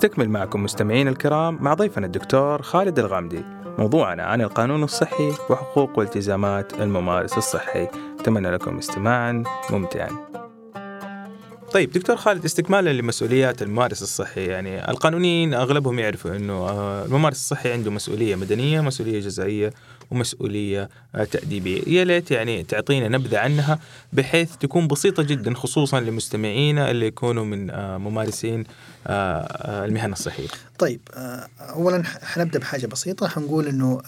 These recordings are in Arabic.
نستكمل معكم مستمعين الكرام مع ضيفنا الدكتور خالد الغامدي موضوعنا عن القانون الصحي وحقوق والتزامات الممارس الصحي. أتمنى لكم استماعا ممتعا. طيب دكتور خالد، استكمالا لمسؤوليات الممارس الصحي، يعني القانونيين أغلبهم يعرفوا أنه الممارس الصحي عنده مسؤولية مدنية، مسؤولية جزائية، ومسؤولية تأديبية. يا ليت يعني تعطينا نبذة عنها بحيث تكون بسيطة جدا، خصوصا لمستمعينا اللي يكونوا من ممارسين المهن الصحية. طيب، أولا حنبدأ بحاجة بسيطة. حنقول أنه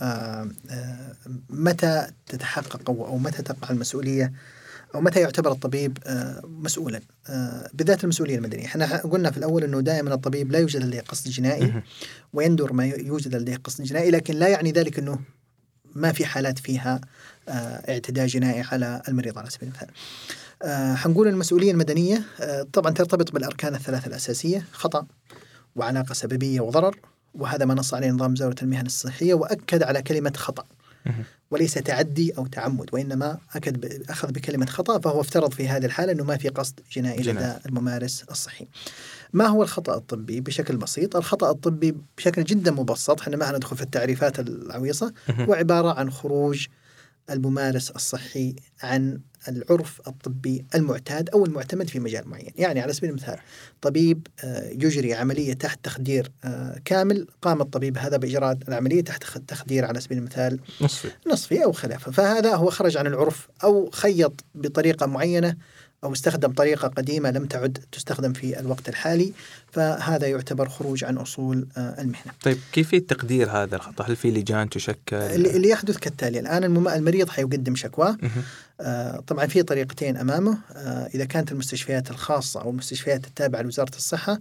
متى تتحقق أو متى تقع المسؤولية أو متى يعتبر الطبيب مسؤولا بذات المسؤولية المدنية. احنا قلنا في الأول أنه دائما الطبيب لا يوجد لديه قصد جنائي، ويندر ما يوجد لديه قصد جنائي، لكن لا يعني ذلك أنه ما في حالات فيها اعتداء جنائي على المريض على سبيل المثال. حنقول المسؤولية المدنية طبعا ترتبط بالأركان الثلاثة الأساسية: خطأ، وعلاقة سببية، وضرر. وهذا ما نص عليه نظام مزاولة المهن الصحية، وأكد على كلمة خطأ وليس تعدي أو تعمد، وإنما أخذ بكلمة خطأ، فهو افترض في هذه الحالة أنه ما في قصد جنائي لدى الممارس الصحي. ما هو الخطأ الطبي؟ بشكل بسيط، الخطأ الطبي بشكل جدا مبسط، احنا ما هندخل في التعريفات العويصة، وعبارة عن خروج الممارس الصحي عن العرف الطبي المعتاد أو المعتمد في مجال معين. يعني على سبيل المثال، طبيب يجري عملية تحت تخدير كامل، قام الطبيب هذا بإجراء العملية تحت تخدير على سبيل المثال نصفي أو خلافه، فهذا هو خرج عن العرف، أو خيط بطريقة معينة، أو استخدم طريقة قديمة لم تعد تستخدم في الوقت الحالي، فهذا يعتبر خروج عن أصول المهنة. طيب كيف تقدير هذا الخطأ؟ هل في لجان تشكل؟ اللي يحدث كالتالي: الآن المريض حيقدم شكوى. طبعا في طريقتين أمامه. إذا كانت المستشفيات الخاصة أو المستشفيات التابعة لوزارة الصحة،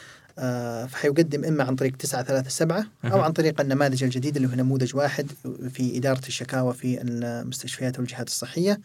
فحيقدم إما عن طريق 937 أو عن طريق النماذج الجديد اللي هو نموذج واحد في إدارة الشكاوى في المستشفيات والجهات الصحية.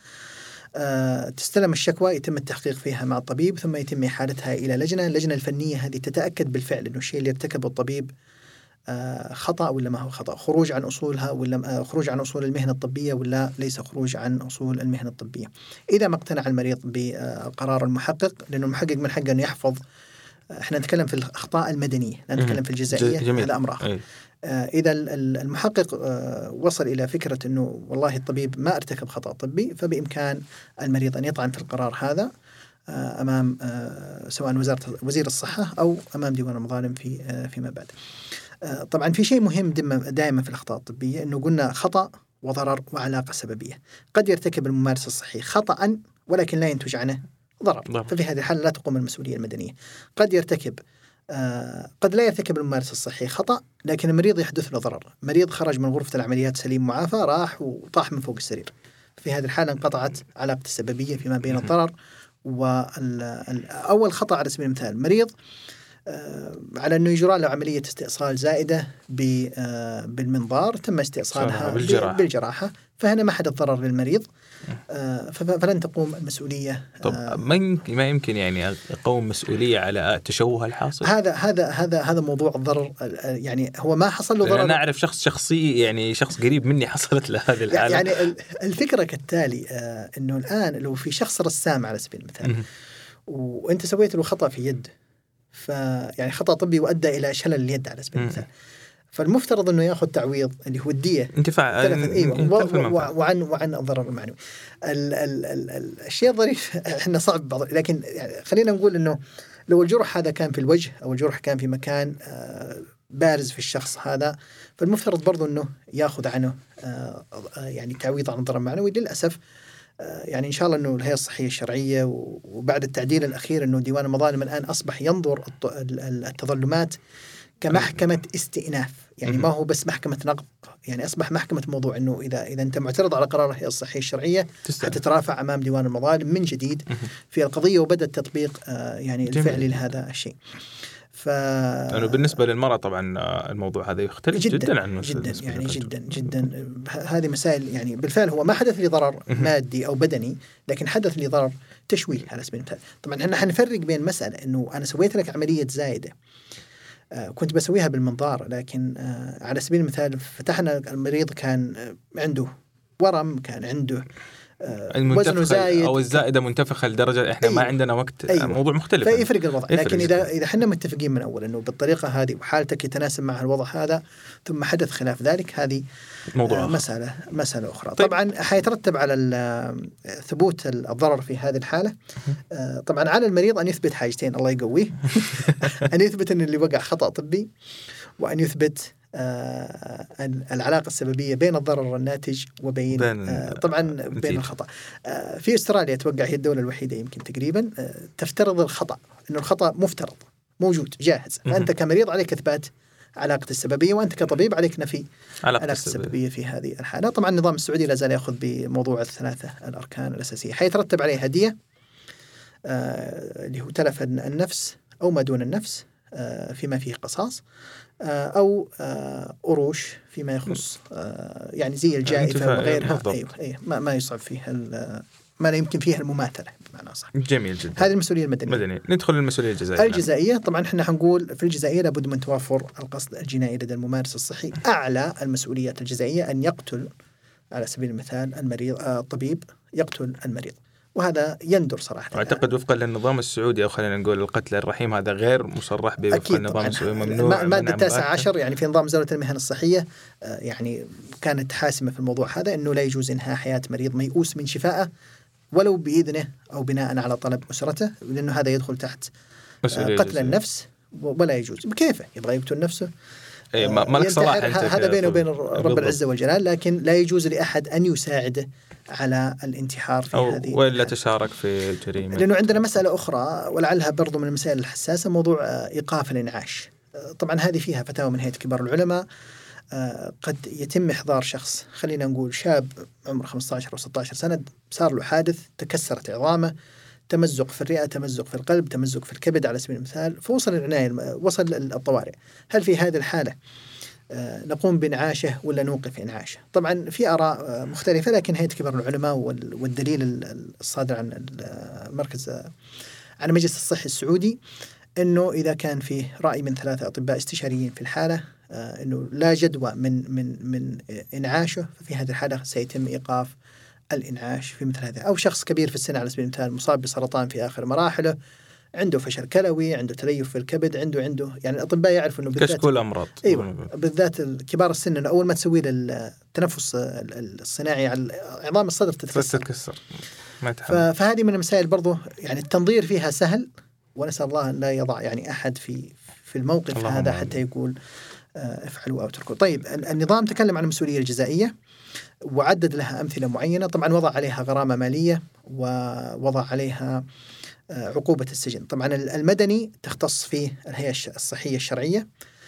تستلم الشكوى، يتم التحقيق فيها مع الطبيب، ثم يتم إحالتها إلى اللجنة الفنية. هذه تتأكد بالفعل أنه الشيء اللي ارتكبه الطبيب خطأ ولا ما هو خطأ، خروج عن أصولها ولا خروج عن أصول المهنة الطبية ولا ليس خروج عن أصول المهنة الطبية. إذا ما اقتنع المريض بقرار المحقق، لأنه المحقق من حقه أن يحفظ، احنا نتكلم في الأخطاء المدنية، لا نتكلم في الجزائية، هذا أمر آخر. إذا المحقق وصل إلى فكرة أنه والله الطبيب ما ارتكب خطأ طبي، فبإمكان المريض أن يطعن في القرار هذا أمام سواء وزير الصحة أو أمام ديوان المظالم فيما بعد. طبعا في شيء مهم دائما في الأخطاء الطبية، أنه قلنا خطأ وضرر وعلاقة سببية. قد يرتكب الممارس الصحي خطأ ولكن لا ينتج عنه ضرر، ففي هذه الحالة لا تقوم المسؤولية المدنية. قد لا يرتكب الممارس الصحي خطأ لكن المريض يحدث له ضرر. مريض خرج من غرفة العمليات سليم معافى، راح وطاح من فوق السرير، في هذه الحالة انقطعت علاقة السببية فيما بين الضرر أول خطأ. على سبيل المثال، مريض على أنه يجرى له عملية استئصال زائدة بالمنظار، تم استئصالها بالجراحة، فهنا ما حدث ضرر للمريض، فلن تقوم المسؤولية. طب ما يمكن يعني أقوم مسؤولية على تشوه الحاصل؟ هذا موضوع الضرر. يعني هو ما حصل له ضرر. أنا أعرف شخصي يعني شخص قريب مني حصلت له هذه الحالة. يعني الفكرة كالتالي: إنه الآن لو في شخص رسام على سبيل المثال وأنت سويت له خطأ في يد، يعني خطأ طبي وأدى إلى شلل اليد على سبيل المثال، فالمفترض أنه يأخذ تعويض اللي هو الدية انتفاع وعن الضرر المعنوي. الشيء الظريف إحنا صعب بعض، لكن يعني خلينا نقول أنه لو الجرح هذا كان في الوجه أو الجرح كان في مكان بارز في الشخص هذا، فالمفترض برضو أنه يأخذ عنه يعني تعويض عن الضرر المعنوي. للأسف يعني إن شاء الله أنه الهيئة الصحية الشرعية وبعد التعديل الأخير أنه ديوان المظالم الآن أصبح ينظر التظلمات كمحكمة استئناف، يعني ما هو بس محكمة نقض، يعني أصبح محكمة موضوع أنه إذا أنت معترض على قرار الهيئة الصحية الشرعية حتترافع أمام ديوان المظالم من جديد في القضية، وبدأ التطبيق يعني الفعلي لهذا الشيء. يعني بالنسبة للمرأة طبعا الموضوع هذا يختلف جدا عنه جدا. هذه مسائل يعني بالفعل هو ما حدث لي ضرر مادي أو بدني، لكن حدث لي ضرر تشويه على سبيل المثال. طبعا احنا حنفرق بين مسألة إنه أنا سويت لك عملية زائدة كنت بسويها بالمنظار، لكن على سبيل المثال فتحنا المريض كان عنده ورم، كان عنده وزنه زايد أو الزائدة منتفخة لدرجة إحنا ما عندنا وقت. موضوع مختلف، فيفرق الوضع. لكن إذا حنا متفقين من أول إنه بالطريقة هذه وحالتك يتناسب مع الوضع هذا ثم حدث خلاف ذلك، هذه موضوع مسألة أخرى. طيب. طبعا حيترتب على ثبوت الضرر في هذه الحالة طبعا على المريض أن يثبت حاجتين الله يقويه أن يثبت أن اللي وقع خطأ طبي، وأن يثبت العلاقة السببية بين الضرر الناتج وبين بين الخطأ. في أستراليا أتوقع هي الدولة الوحيدة يمكن تقريبا تفترض الخطأ، إنه الخطأ مفترض موجود جاهز، فأنت كمريض عليك إثبات علاقة السببية، وأنت كطبيب عليك نفي علاقة السببية في هذه الحالة. طبعا النظام السعودي لا زال يأخذ بموضوع الثلاثة الأركان الأساسية. حيترتب عليه هدية اللي هو تلف النفس أو ما دون النفس فيما فيه قصاص، أو قروش فيما يخص يعني زي الجائفة وغيرها. أيوة ما يصعب فيها ما لا يمكن فيها المماثلة بمعنى صح. جميل جدا. هذه المسؤولية المدنية. ندخل المسؤولية الجزائية. الجزائية طبعا احنا حنقول في الجزائية لابد من توافر القصد الجنائي لدى الممارس الصحي. أعلى المسؤوليات الجزائية أن يقتل على سبيل المثال المريض، الطبيب يقتل المريض، وهذا يندر صراحة. أعتقد وفقا للنظام السعودي، أو خلينا نقول القتل الرحيم، هذا غير مصرح به وفق النظام السعودي، ممنوع. المادة 19 يعني في نظام وزارة المهن الصحية يعني كانت حاسمة في الموضوع هذا، أنه لا يجوز إنهاء حياة مريض ميؤوس من شفائه ولو بإذنه أو بناء على طلب أسرته، لأنه هذا يدخل تحت قتل النفس، ولا يجوز بكيفه يبغى يقتل نفسه. ما لك صلاح هذا بينه وبين رب العزة والجلال، لكن لا يجوز لأحد أن يساعده على الانتحار في هذه ولا تشارك في جريمة. لأنه عندنا مسألة أخرى ولعلها برضو من المسائل الحساسة، موضوع إيقاف الإنعاش. طبعا هذه فيها فتاوى من هيئة كبار العلماء. قد يتم إحضار شخص، خلينا نقول شاب عمره 15 أو 16 سنة، صار له حادث، تكسرت عظامه، تمزق في الرئة، تمزق في القلب، تمزق في الكبد على سبيل المثال، فوصل العناية، وصل الطوارئ. هل في هذه الحالة نقوم بإنعاشه ولا نوقف إنعاشه؟ طبعا في آراء مختلفة، لكن هيئة كبار العلماء والدليل الصادر عن المركز عن المجلس الصحي السعودي أنه إذا كان فيه رأي من 3 أطباء استشاريين في الحالة أنه لا جدوى من إنعاشه، ففي هذه الحالة سيتم إيقاف الإنعاش في مثل هذا. أو شخص كبير في السن على سبيل المثال مصاب بسرطان في آخر مراحله، عنده فشل كلوي، عنده تليف في الكبد، عنده يعني الأطباء يعرفوا إنه بالذات كل أمراض. أيوة بالذات كبار السن، إنه أول ما تسوي التنفس الصناعي على عظام الصدر تتكسر. فهذه من المسائل برضو يعني التنظير فيها سهل، ونسأل الله أن لا يضع يعني أحد في الموقف هذا حتى يقول افعلوا أو تركوا. طيب النظام تكلم عن المسؤولية الجزائية وعدد لها أمثلة معينة. طبعا وضع عليها غرامة مالية ووضع عليها عقوبة السجن. طبعا المدني تختص فيه الهيئة الصحية الشرعية.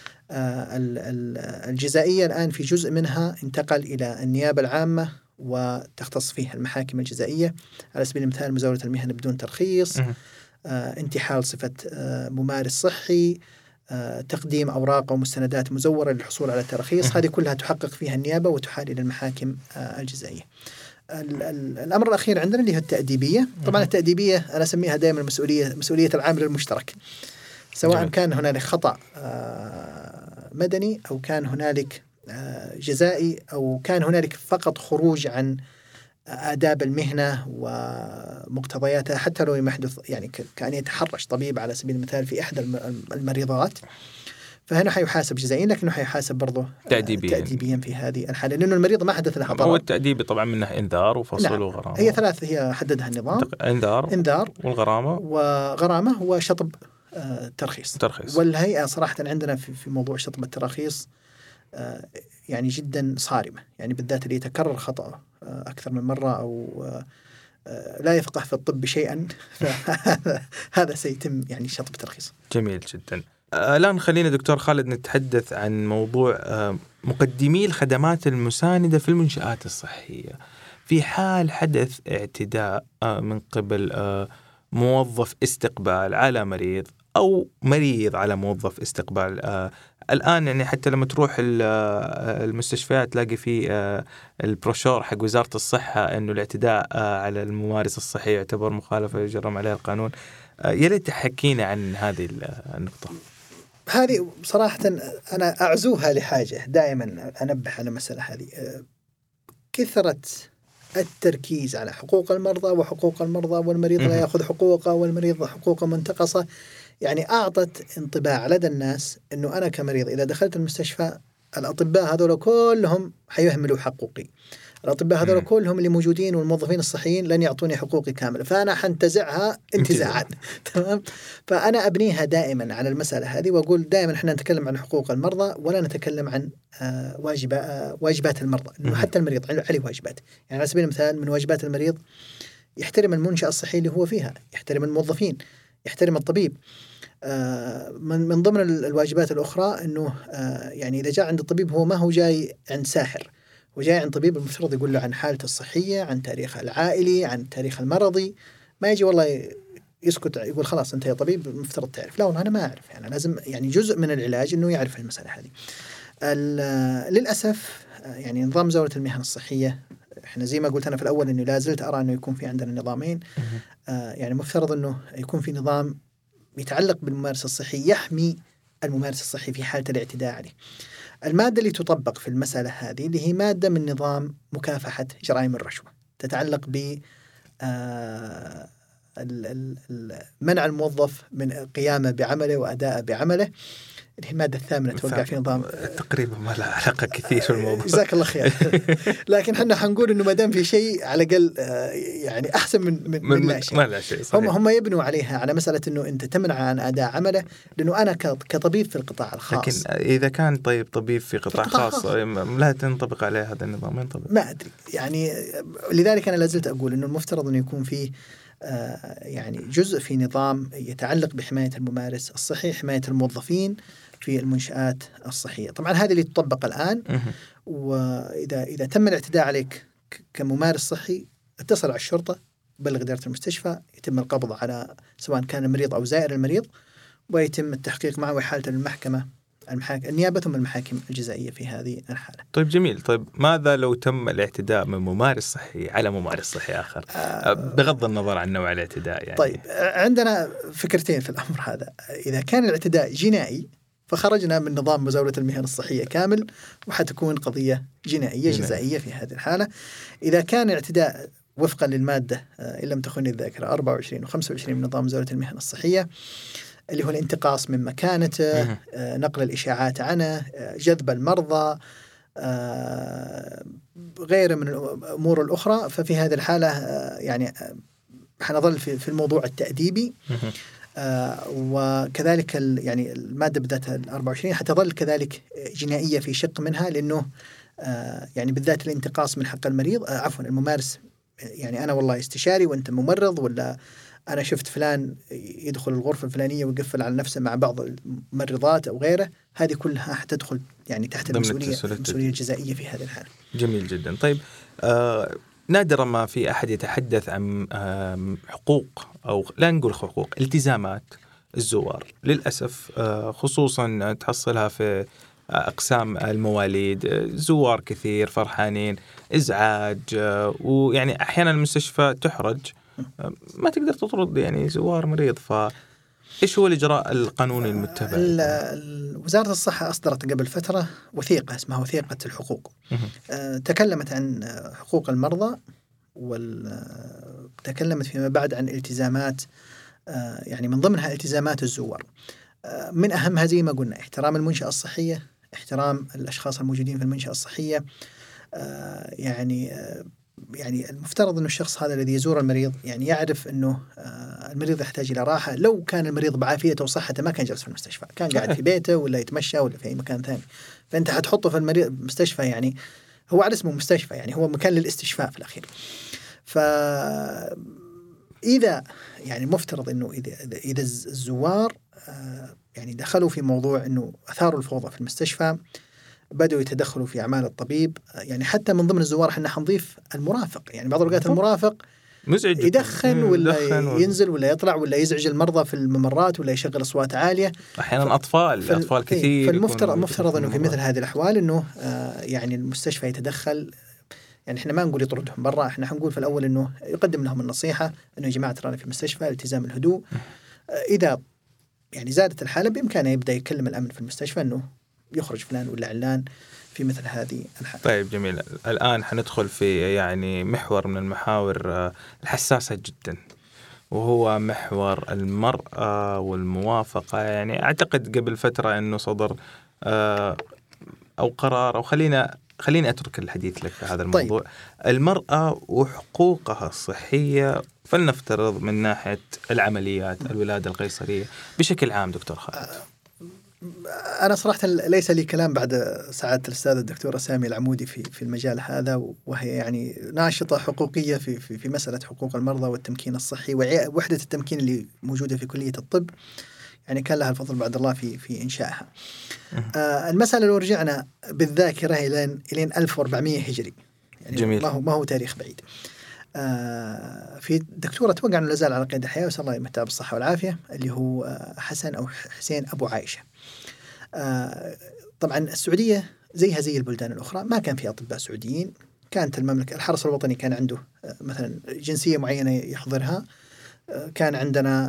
الجزائية الآن في جزء منها انتقل إلى النيابة العامة وتختص فيه المحاكم الجزائية، على سبيل المثال مزاولة المهن بدون ترخيص، انتحال صفة ممارس صحي، تقديم أوراق أو مستندات مزورة للحصول على ترخيص. هذه كلها تحقق فيها النيابة وتحال إلى المحاكم الجزائية. الأمر الأخير عندنا اللي هو التأديبية. طبعا التأديبية أنا أسميها دائما مسؤولية العامل المشترك، سواء كان هنالك خطأ مدني أو كان هنالك جزائي أو كان هنالك فقط خروج عن آداب المهنة ومقتضياتها، حتى لو يحدث يعني كأن يتحرش طبيب على سبيل المثال في إحدى المريضات، فهنا حيحاسب جزائيا، لكنه حيحاسب برضه تأديبيا في هذه الحالة، لأنه المريض ما حدث لها ضرر. هو التأديب طبعا منه إنذار وفصل وغرامة. هي 3 هي حددها النظام: إنذار وغرامة وشطب ترخيص. والهيئة صراحة عندنا في موضوع شطب التراخيص يعني جدا صارمة، يعني بالذات اللي يتكرر خطأ أكثر من مرة أو لا يفقه في الطب شيئا هذا سيتم يعني شطب ترخيص. جميل جدا. الآن خلينا دكتور خالد نتحدث عن موضوع مقدمي الخدمات المساندة في المنشآت الصحية. في حال حدث اعتداء من قبل موظف استقبال على مريض أو مريض على موظف استقبال، الآن يعني حتى لما تروح المستشفيات تلاقي فيه البروشور حق وزارة الصحة إنه الاعتداء على الممارس الصحي يعتبر مخالفة يجرم عليها القانون. يا ريت تحكينا عن هذه النقطة. هذه صراحة أنا أعزوها لحاجة، دائما أنبه على المسألة هذه. كثرة التركيز على حقوق المرضى وحقوق المرضى، والمريض لا يأخذ حقوقه والمريض حقوقه منتقصة. يعني أعطت انطباع لدى الناس أنه أنا كمريض إذا دخلت المستشفى الأطباء هذول كلهم حيهملوا حقوقي، الأطباء هذول كلهم اللي موجودين والموظفين الصحيين لن يعطوني حقوقي كاملة، فأنا حنتزعها انتزاعا. تمام. فأنا أبنيها دائما على المسألة هذه، وأقول دائما إحنا نتكلم عن حقوق المرضى ولا نتكلم عن واجبات المرضى، إنه حتى المريض عليه واجبات. يعني على سبيل المثال من واجبات المريض يحترم المنشأة الصحية اللي هو فيها، يحترم الموظفين، يحترم الطبيب. من ضمن الواجبات الأخرى أنه يعني إذا جاء عند الطبيب هو ما هو جاي عند ساحر، وجاي عند طبيب المفترض يقول له عن حالته الصحية، عن تاريخه العائلي، عن تاريخ المرضي. ما يجي والله يسكت يقول خلاص أنت يا طبيب المفترض تعرف. لا والله أنا ما أعرف. يعني لازم يعني جزء من العلاج أنه يعرف المسألة هذه. للأسف يعني نظام زاولة المهن الصحية، إحنا زي ما قلت أنا في الأول إنه لازلت أرى إنه يكون في عندنا نظامين. يعني مفترض إنه يكون في نظام يتعلق بالممارس الصحي يحمي الممارس الصحي في حالة الاعتداء عليه. المادة اللي تطبق في المسألة هذه اللي هي مادة من نظام مكافحة جرائم الرشوة، تتعلق ب منع الموظف من قيامه بعمله وأداء بعمله، اللي هي المادة الثامنة توقع في نظام. تقريبا ما له علاقة كثير في الموضوع. جزاك الله خير. لكن احنا حنقول إنه ما دام في شيء على الأقل يعني أحسن من لا شيء. ما لا شيء صحيح. هم يبنوا عليها على مسألة إنه أنت تمنع عن أداء عمله، لأنه أنا كطبيب في القطاع الخاص. لكن إذا كان طبيب في قطاع خاص لا تنطبق عليه هذا النظام، ينطبق. ما أدري يعني. لذلك أنا لازلت أقول إنه المفترض إنه يكون فيه يعني جزء في نظام يتعلق بحماية الممارس الصحي، حماية الموظفين في المنشآت الصحية. طبعا هذه اللي تطبق الآن. وإذا تم الاعتداء عليك كممارس صحي اتصل على الشرطة، بلغ إدارة المستشفى، يتم القبض على سواء كان المريض أو زائر المريض، ويتم التحقيق معه وحالته للمحكمة، النيابة ثم المحاكم الجزائية في هذه الحالة. طيب جميل. طيب ماذا لو تم الاعتداء من ممارس صحي على ممارس صحي آخر بغض النظر عن نوع الاعتداء؟ يعني طيب عندنا فكرتين في الأمر هذا. إذا كان الاعتداء جنائي فخرجنا من نظام مزاولة المهن الصحية كامل، وحتكون قضية جنائية جزائية في هذه الحالة. إذا كان اعتداء وفقا للمادة إن لم تخني الذاكرة 24 و25 من نظام مزاولة المهن الصحية، اللي هو الانتقاص من مكانته، نقل الإشاعات عنه، جذب المرضى، غير من الأمور الأخرى، ففي هذه الحالة يعني حنظل في الموضوع التأديبي. وكذلك يعني المادة بالذات 24 حتظل كذلك جنائية في شق منها، لأنه يعني بالذات الانتقاص من حق المريض عفوا الممارس. يعني أنا والله استشاري وأنت ممرض، ولا أنا شفت فلان يدخل الغرفة الفلانية ويقفل على نفسه مع بعض الممرضات أو غيره، هذه كلها حتدخل يعني تحت المسؤولية الجزائية في هذه الحالة. جميل جدا. طيب نادرا ما في أحد يتحدث عن حقوق أو لا نقول حقوق، التزامات الزوار للأسف، خصوصا تحصلها في أقسام المواليد. زوار كثير فرحانين، إزعاج، ويعني أحيانا المستشفى تحرج، ما تقدر تطرد يعني زوار مريض. إيش هو الإجراء القانوني المتبع؟ وزارة الصحة أصدرت قبل فترة وثيقة اسمها وثيقة الحقوق. تكلمت عن حقوق المرضى، وتكلمت فيما بعد عن التزامات، يعني من ضمنها التزامات الزوار. من أهمها زي ما قلنا احترام المنشأة الصحية، احترام الأشخاص الموجودين في المنشأة الصحية. يعني المفترض أنه الشخص هذا الذي يزور المريض يعني يعرف أنه المريض يحتاج إلى راحة. لو كان المريض بعافيته وصحته ما كان جالس في المستشفى، كان قاعد في بيته ولا يتمشى ولا في أي مكان ثاني. فأنت حتحطه في المستشفى، يعني هو على اسمه مستشفى، يعني هو مكان للاستشفاء في الأخير. فإذا يعني مفترض أنه إذا الزوار يعني دخلوا في موضوع أنه أثاروا الفوضى في المستشفى، بدأوا يتدخلوا في أعمال الطبيب. يعني حتى من ضمن الزوار احنا حنضيف المرافق. يعني بعض الأوقات المرافق يدخن ولا ينزل ولا يطلع ولا يزعج المرضى في الممرات ولا يشغل أصوات عالية. أحيانا أطفال كثير. فالمفترض أنه في مثل هذه الأحوال أنه يعني المستشفى يتدخل. يعني احنا ما نقول يطردهم برا، احنا حنقول في الأول أنه يقدم لهم النصيحة أنه يا جماعة ترانا في المستشفى، التزام الهدوء. إذا يعني زادت الحالة بإمكانه يبدأ يكلم الأمن في المستشفى أنه يخرج فلان ولا علان في مثل هذه الحالة. طيب جميل. الآن حندخل في يعني محور من المحاور الحساسة جدا، وهو محور المرأة والموافقة. يعني أعتقد قبل فترة أنه صدر أو قرار، أو خليني أترك الحديث لك في هذا الموضوع. طيب. المرأة وحقوقها الصحية، فلنفترض من ناحية العمليات الولادة القيصرية بشكل عام دكتور خالد. أنا صراحة ليس لي كلام بعد سعادة الأستاذ الدكتورة سامية العمودي في المجال هذا، وهي يعني ناشطة حقوقية في مسألة حقوق المرضى والتمكين الصحي ووحدة التمكين اللي موجودة في كلية الطب. يعني كان لها الفضل بعد الله في إنشائها. المسألة لو رجعنا بالذاكرة إلى 1400 هجري، يعني جميل. ما هو تاريخ بعيد. في دكتورة توقع أنه لازال على قيد الحياة، وصلى الله يمتع بالصحة والعافية، اللي هو حسن أو حسين أبو عائشة. طبعا السعودية زيها زي البلدان الأخرى ما كان فيها أطباء سعوديين. كانت المملكة الحرس الوطني كان عنده مثلا جنسية معينة يحضرها. كان عندنا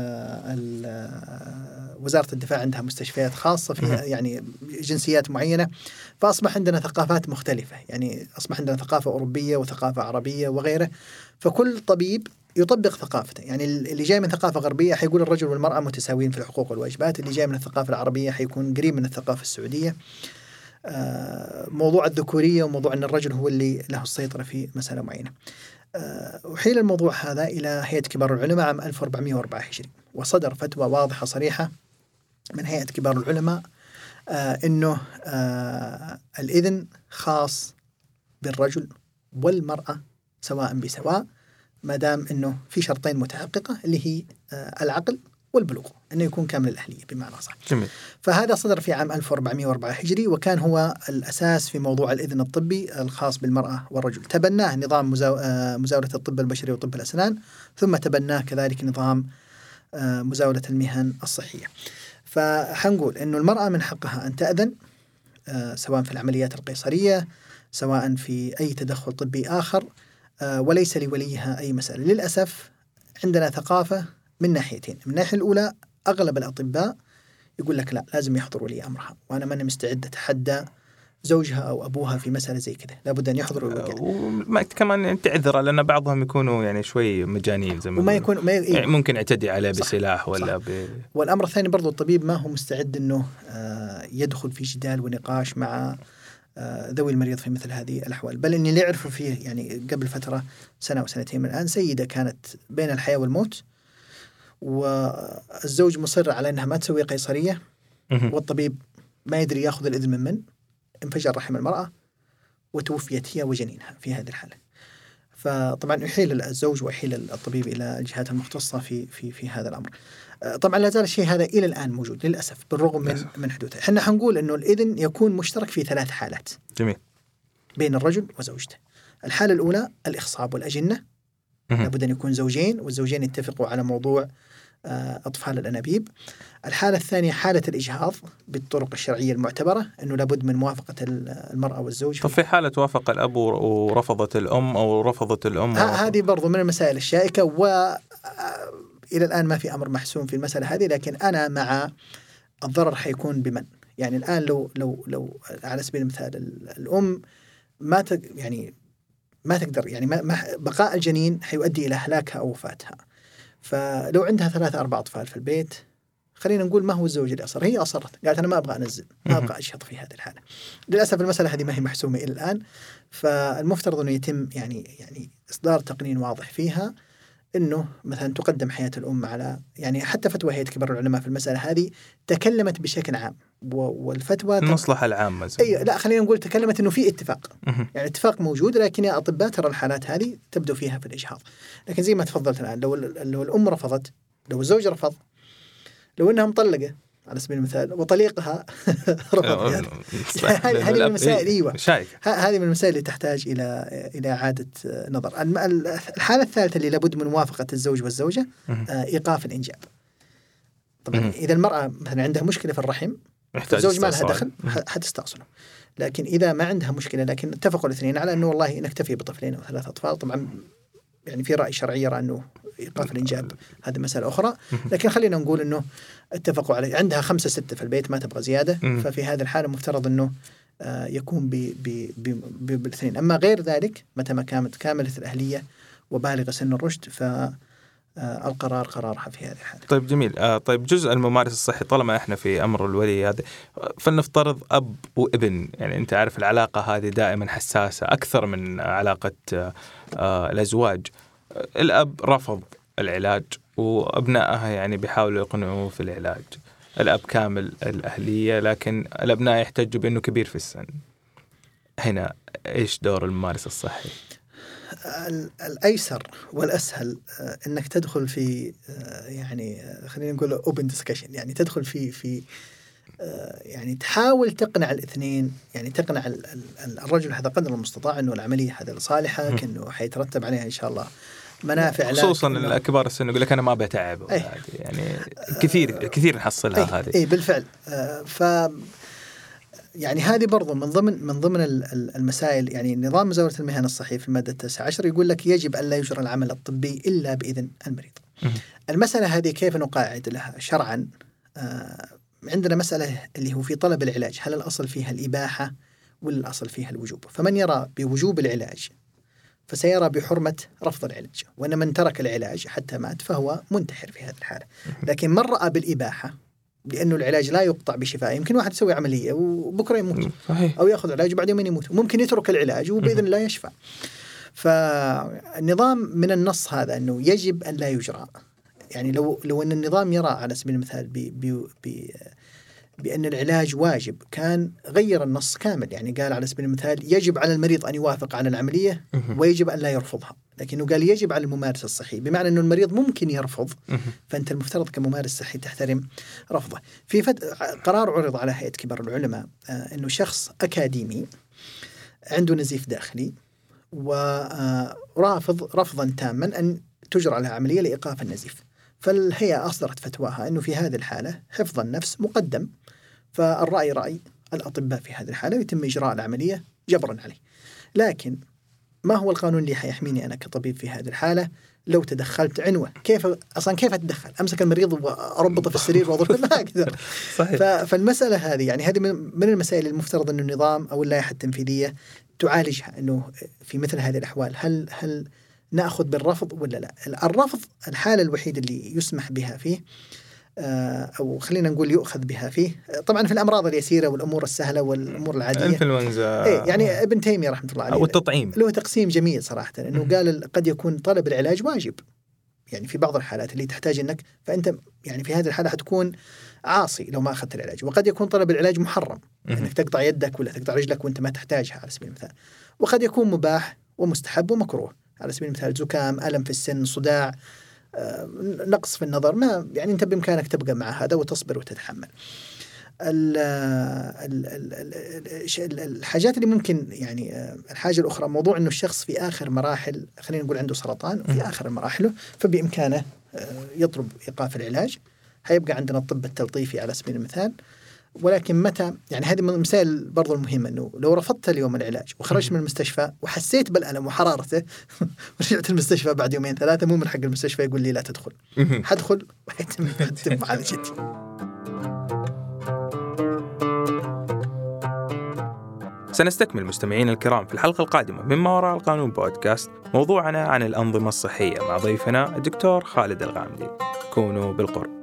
وزارة الدفاع عندها مستشفيات خاصة فيها يعني جنسيات معينة، فأصبح عندنا ثقافات مختلفة. يعني أصبح عندنا ثقافة أوروبية وثقافة عربية وغيره، فكل طبيب يطبق ثقافته. يعني اللي جاي من ثقافة غربية حيقول الرجل والمرأة متساويين في الحقوق والواجبات، اللي جاي من الثقافة العربية حيكون قريب من الثقافة السعودية. موضوع الذكورية وموضوع أن الرجل هو اللي له السيطرة في مسألة معينة. وحيل الموضوع هذا إلى هيئة كبار العلماء عام 1404 هجري، وصدر فتوى واضحة صريحة من هيئة كبار العلماء إنه الإذن خاص بالرجل والمرأة سواء بسواء، ما دام إنه في شرطين متحققة اللي هي العقل والبلوغ، إنه يكون كامل الأهلية بمعنى صح. جميل. فهذا صدر في عام 1404 هجري، وكان هو الأساس في موضوع الإذن الطبي الخاص بالمرأة والرجل. تبناه نظام مزاولة الطب البشري وطب الأسنان، ثم تبناه كذلك نظام مزاولة المهن الصحية. فحنقول إنه المرأة من حقها أن تأذن سواء في العمليات القيصرية سواء في أي تدخل طبي آخر، وليس لوليها أي مسألة. للأسف عندنا ثقافة من ناحيتين. من الناحية الأولى أغلب الأطباء يقول لك لا، لازم يحضر ولي أمرها، وأنا ماني مستعد أتحدى زوجها أو أبوها في مسألة زي كذا، لابد أن يحضروا الوقت. وما كمان تعذر، لأن بعضهم يكونوا يعني شوي مجانين زي ما يكون يعني ممكن يعتدي عليه بسلاح ولا والأمر الثاني برضو الطبيب ما هو مستعد أنه يدخل في جدال ونقاش مع ذوي المريض في مثل هذه الأحوال. بل إني اللي أعرفه فيه يعني قبل فترة سنة وسنتين من الآن، سيدة كانت بين الحياة والموت، والزوج مصر على أنها ما تسوي قيصرية، والطبيب ما يدري يأخذ الإذن من انفجر رحم المرأة وتوفيت هي وجنينها في هذه الحالة. فطبعا يحيل الزوج ويحيل الطبيب إلى الجهات المختصة في هذا الأمر. طبعا لا زال الشيء هذا إلى الآن موجود للأسف بالرغم من حدوثه. احنا حنقول إنه الإذن يكون مشترك في 3 حالات. جميل. بين الرجل وزوجته. الحالة الأولى الإخصاب والأجنة، لابد أن يكون زوجين والزوجين يتفقوا على موضوع أطفال الأنابيب. الحالة الثانية حالة الإجهاض بالطرق الشرعية المعتبرة، أنه لابد من موافقة المرأة والزوج. طب في حالة وافق الأب ورفضت الأم أو رفضت الأم هذه برضو من المسائل الشائكة، وإلى الآن ما في أمر محسوم في المسألة هذه، لكن أنا مع الضرر حيكون بمن. يعني الآن لو على سبيل المثال الأم ما تقدر يعني بقاء الجنين حيؤدي إلى هلاكها أو وفاتها. فلو عندها 3-4 أطفال في البيت، خلينا نقول ما هو الزوج اللي أصر، هي أصرت قالت أنا ما أبغى أنزل، ما أبغى أشهد في هذه الحالة. للأسف المسألة هذه ما هي محسومة إلى الآن، فالمفترض أنه يتم يعني إصدار تقنين واضح فيها، إنه مثلا تقدم حياة الأم على يعني حتى فتوى هيئة كبار العلماء في المسألة هذه تكلمت بشكل عام، والفتوى المصلحة العامة. لا خلينا نقول تكلمت إنه في اتفاق، يعني اتفاق موجود، لكن يا أطباء ترى الحالات هذه تبدو فيها في الإجهاض. لكن زي ما تفضلت الآن، لو الأم رفضت، لو الزوج رفض، لو إنها مطلقة على سبيل المثال وطليقها رفض، هذه من المسائل. أيوة، هذه من المسائل اللي تحتاج إلى إعادة نظر. الحالة الثالثة اللي لابد من موافقة الزوج والزوجة إيقاف الإنجاب. طبعا إذا المرأة مثلا عندها مشكلة في الرحم، الزوج ما لها دخل، حتستأصله. لكن إذا ما عندها مشكلة لكن اتفقوا الاثنين على أنه والله نكتفي ب2 أو 3 أطفال، طبعا يعني في رأي شرعي يرى أنه إيقاف الإنجاب هذه مسألة أخرى. لكن خلينا نقول إنه اتفقوا عليه، عندها 5-6 في البيت ما تبغى زيادة، ففي هذه الحالة مفترض إنه يكون بالاثنين. أما غير ذلك متى ما كانت كاملة الأهلية وبالغ سن الرشد فالقرار قرارها في هذه الحالة. طيب جميل. طيب جزء الممارس الصحي طالما إحنا في أمر الولي هذا، فلنفترض أب وابن، يعني أنت عارف العلاقة هذه دائما حساسة أكثر من علاقة الأزواج. الأب رفض العلاج وأبنائها يعني بيحاولوا يقنعوه في العلاج. الأب كامل الأهلية لكن الأبناء يحتجوا بأنه كبير في السن. هنا إيش دور الممارس الصحي؟ الأيسر والأسهل أنك تدخل في يعني خلينا نقول open discussion، يعني تدخل في يعني تحاول تقنع الاثنين، يعني تقنع الرجل هذا قدر المستطاع أنه العملية هذه صالحة، أنه حيترتب عليها إن شاء الله منافع، خصوصا الكبار السن يقول لك أنا ما بتعب. يعني كثير نحصلها هذه. بالفعل. يعني هذه برضو من ضمن المسائل. يعني نظام مزاولة المهن الصحية في المادة 19 يقول لك يجب أن لا يجرى العمل الطبي إلا بإذن المريض. المسألة هذه كيف نقاعد لها شرعا؟ عندنا مسألة اللي هو في طلب العلاج، هل الأصل فيها الإباحة ولا الأصل فيها الوجوب؟ فمن يرى بوجوب العلاج فسيرى بحرمة رفض العلاج، وأن من ترك العلاج حتى مات فهو منتحر في هذه الحالة. لكن من رأى بالإباحة لأنه العلاج لا يقطع بشفاء، يمكن واحد يسوي عملية وبكرة يموت، أو يأخذ علاج وبعد يومين يموت، وممكن يترك العلاج وبإذن الله يشفى. فالنظام من النص هذا أنه يجب أن لا يجرى. يعني لو أن النظام يرى على سبيل المثال بأن العلاج واجب، كان غير النص كامل. يعني قال على سبيل المثال يجب على المريض أن يوافق على العملية ويجب أن لا يرفضها، لكنه قال يجب على الممارس الصحي، بمعنى أنه المريض ممكن يرفض، فأنت المفترض كممارس صحي تحترم رفضه. في قرار عرض على هيئة كبار العلماء أنه شخص أكاديمي عنده نزيف داخلي ورافض رفضا تاما أن تجرى على عملية لإيقاف النزيف، فالهيئة أصدرت فتواها أنه في هذه الحالة حفظ النفس مقدم، فالرأي رأي الأطباء في هذه الحالة ويتم إجراء العملية جبرا عليه. لكن ما هو القانون اللي حيحميني أنا كطبيب في هذه الحالة لو تدخلت عنوة؟ كيف أتدخل؟ أمسك المريض وأربطه في السرير وأضربه؟ ما أقدر. فالمسألة هذه يعني هذه من المسائل المفترض أن النظام أو اللائحة التنفيذية تعالجها، أنه في مثل هذه الأحوال هل نأخذ بالرفض ولا لا؟ الرفض الحالة الوحيدة اللي يسمح بها فيه أو خلينا نقول يؤخذ بها فيه طبعا في الأمراض اليسيرة والأمور السهلة والأمور العادية، الإنفلونزا. يعني ابن تيمية رحمة الله عليه والتطعيم له تقسيم جميل صراحة، إنه قال قد يكون طلب العلاج واجب، يعني في بعض الحالات اللي تحتاج إنك فأنت يعني في هذه الحالة حتكون عاصي لو ما أخذت العلاج، وقد يكون طلب العلاج محرم، إنك تقطع يدك ولا تقطع رجلك وأنت ما تحتاجها على سبيل المثال، وقد يكون مباح ومستحب ومكروه على سبيل المثال زكام، ألم في السن، صداع، نقص في النظر، ما يعني أنت بإمكانك تبقى مع هذا وتصبر وتتحمل. الحاجات اللي ممكن يعني الحاجة الأخرى موضوع أنه الشخص في آخر مراحل، خلينا نقول عنده سرطان وفي آخر مراحله، فبإمكانه يطلب إيقاف العلاج، هيبقى عندنا الطب التلطيفي على سبيل المثال. ولكن متى يعني هذه من المسائل برضو المهمة، أنه لو رفضت اليوم العلاج وخرجت من المستشفى وحسيت بالألم وحرارته ورجعت المستشفى بعد 2-3، مو من حق المستشفى يقول لي لا تدخل، حدخل وحيتم معالجتي. سنستكمل مستمعين الكرام في الحلقة القادمة من ما وراء القانون بودكاست موضوعنا عن الأنظمة الصحية مع ضيفنا الدكتور خالد الغامدي. كونوا بالقرب.